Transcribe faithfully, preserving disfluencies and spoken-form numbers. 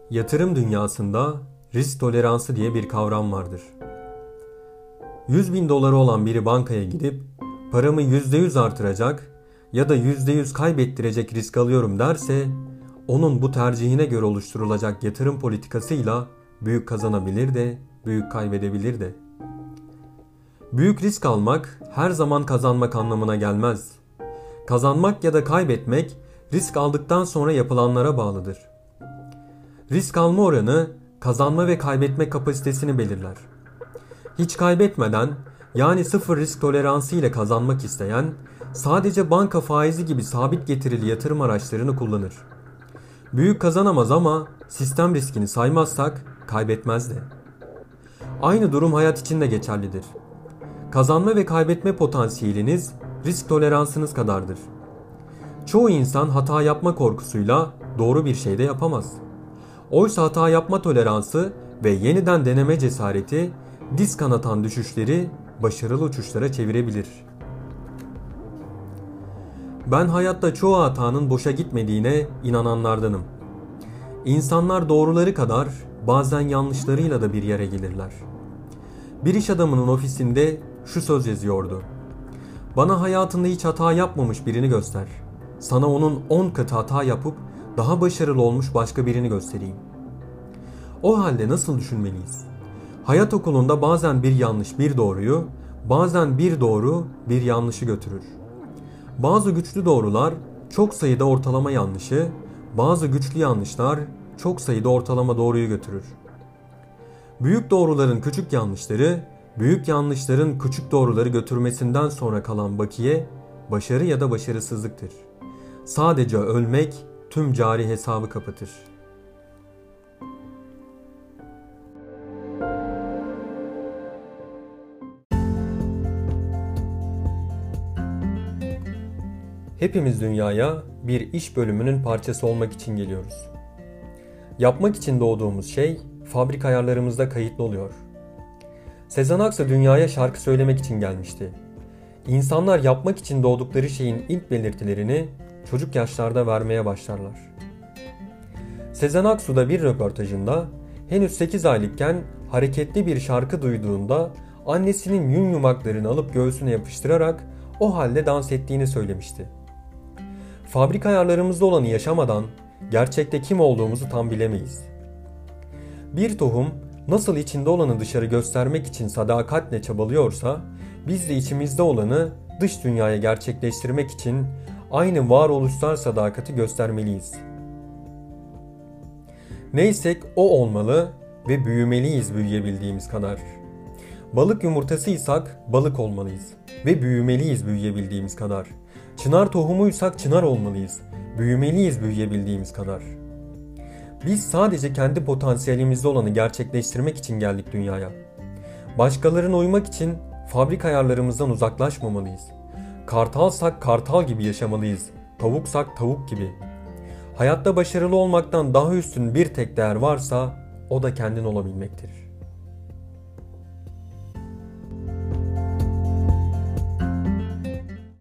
Yatırım dünyasında risk toleransı diye bir kavram vardır. yüz bin doları olan biri bankaya gidip paramı yüzde yüz artıracak ya da yüzde yüz kaybettirecek risk alıyorum derse, onun bu tercihine göre oluşturulacak yatırım politikasıyla büyük kazanabilir de büyük kaybedebilir de. Büyük risk almak her zaman kazanmak anlamına gelmez. Kazanmak ya da kaybetmek risk aldıktan sonra yapılanlara bağlıdır. Risk alma oranı kazanma ve kaybetme kapasitesini belirler. Hiç kaybetmeden, yani sıfır risk toleransı ile kazanmak isteyen sadece banka faizi gibi sabit getirili yatırım araçlarını kullanır. Büyük kazanamaz ama sistem riskini saymazsak kaybetmez de. Aynı durum hayat için de geçerlidir. Kazanma ve kaybetme potansiyeliniz risk toleransınız kadardır. Çoğu insan hata yapma korkusuyla doğru bir şey de yapamaz. Oysa hata yapma toleransı ve yeniden deneme cesareti diz kanatan düşüşleri başarılı uçuşlara çevirebilir. Ben hayatta çoğu hatanın boşa gitmediğine inananlardanım. İnsanlar doğruları kadar bazen yanlışlarıyla da bir yere gelirler. Bir iş adamının ofisinde şu söz yazıyordu: "Bana hayatında hiç hata yapmamış birini göster. Sana onun on katı hata yapıp daha başarılı olmuş başka birini göstereyim." O halde nasıl düşünmeliyiz? Hayat okulunda bazen bir yanlış bir doğruyu, bazen bir doğru bir yanlışı götürür. Bazı güçlü doğrular çok sayıda ortalama yanlışı, bazı güçlü yanlışlar çok sayıda ortalama doğruyu götürür. Büyük doğruların küçük yanlışları, büyük yanlışların küçük doğruları götürmesinden sonra kalan bakiye, başarı ya da başarısızlıktır. Sadece ölmek tüm cari hesabı kapatır. Hepimiz dünyaya bir iş bölümünün parçası olmak için geliyoruz. Yapmak için doğduğumuz şey fabrika ayarlarımızda kayıtlı oluyor. Sezen Aksu dünyaya şarkı söylemek için gelmişti. İnsanlar yapmak için doğdukları şeyin ilk belirtilerini çocuk yaşlarda vermeye başlarlar. Sezen Aksu da bir röportajında henüz sekiz aylıkken hareketli bir şarkı duyduğunda annesinin yün yumaklarını alıp göğsüne yapıştırarak o halde dans ettiğini söylemişti. Fabrika ayarlarımızda olanı yaşamadan gerçekte kim olduğumuzu tam bilemeyiz. Bir tohum nasıl içinde olanı dışarı göstermek için sadakatle çabalıyorsa, biz de içimizde olanı dış dünyaya gerçekleştirmek için aynı varoluşsal sadakati göstermeliyiz. Neysek o olmalı ve büyümeliyiz büyüyebildiğimiz kadar. Balık yumurtasıysak balık olmalıyız ve büyümeliyiz büyüyebildiğimiz kadar. Çınar tohumuysak çınar olmalıyız, büyümeliyiz büyüyebildiğimiz kadar. Biz sadece kendi potansiyelimizde olanı gerçekleştirmek için geldik dünyaya. Başkalarına uymak için fabrika ayarlarımızdan uzaklaşmamalıyız. Kartalsak kartal gibi yaşamalıyız, tavuksak tavuk gibi. Hayatta başarılı olmaktan daha üstün bir tek değer varsa o da kendin olabilmektir.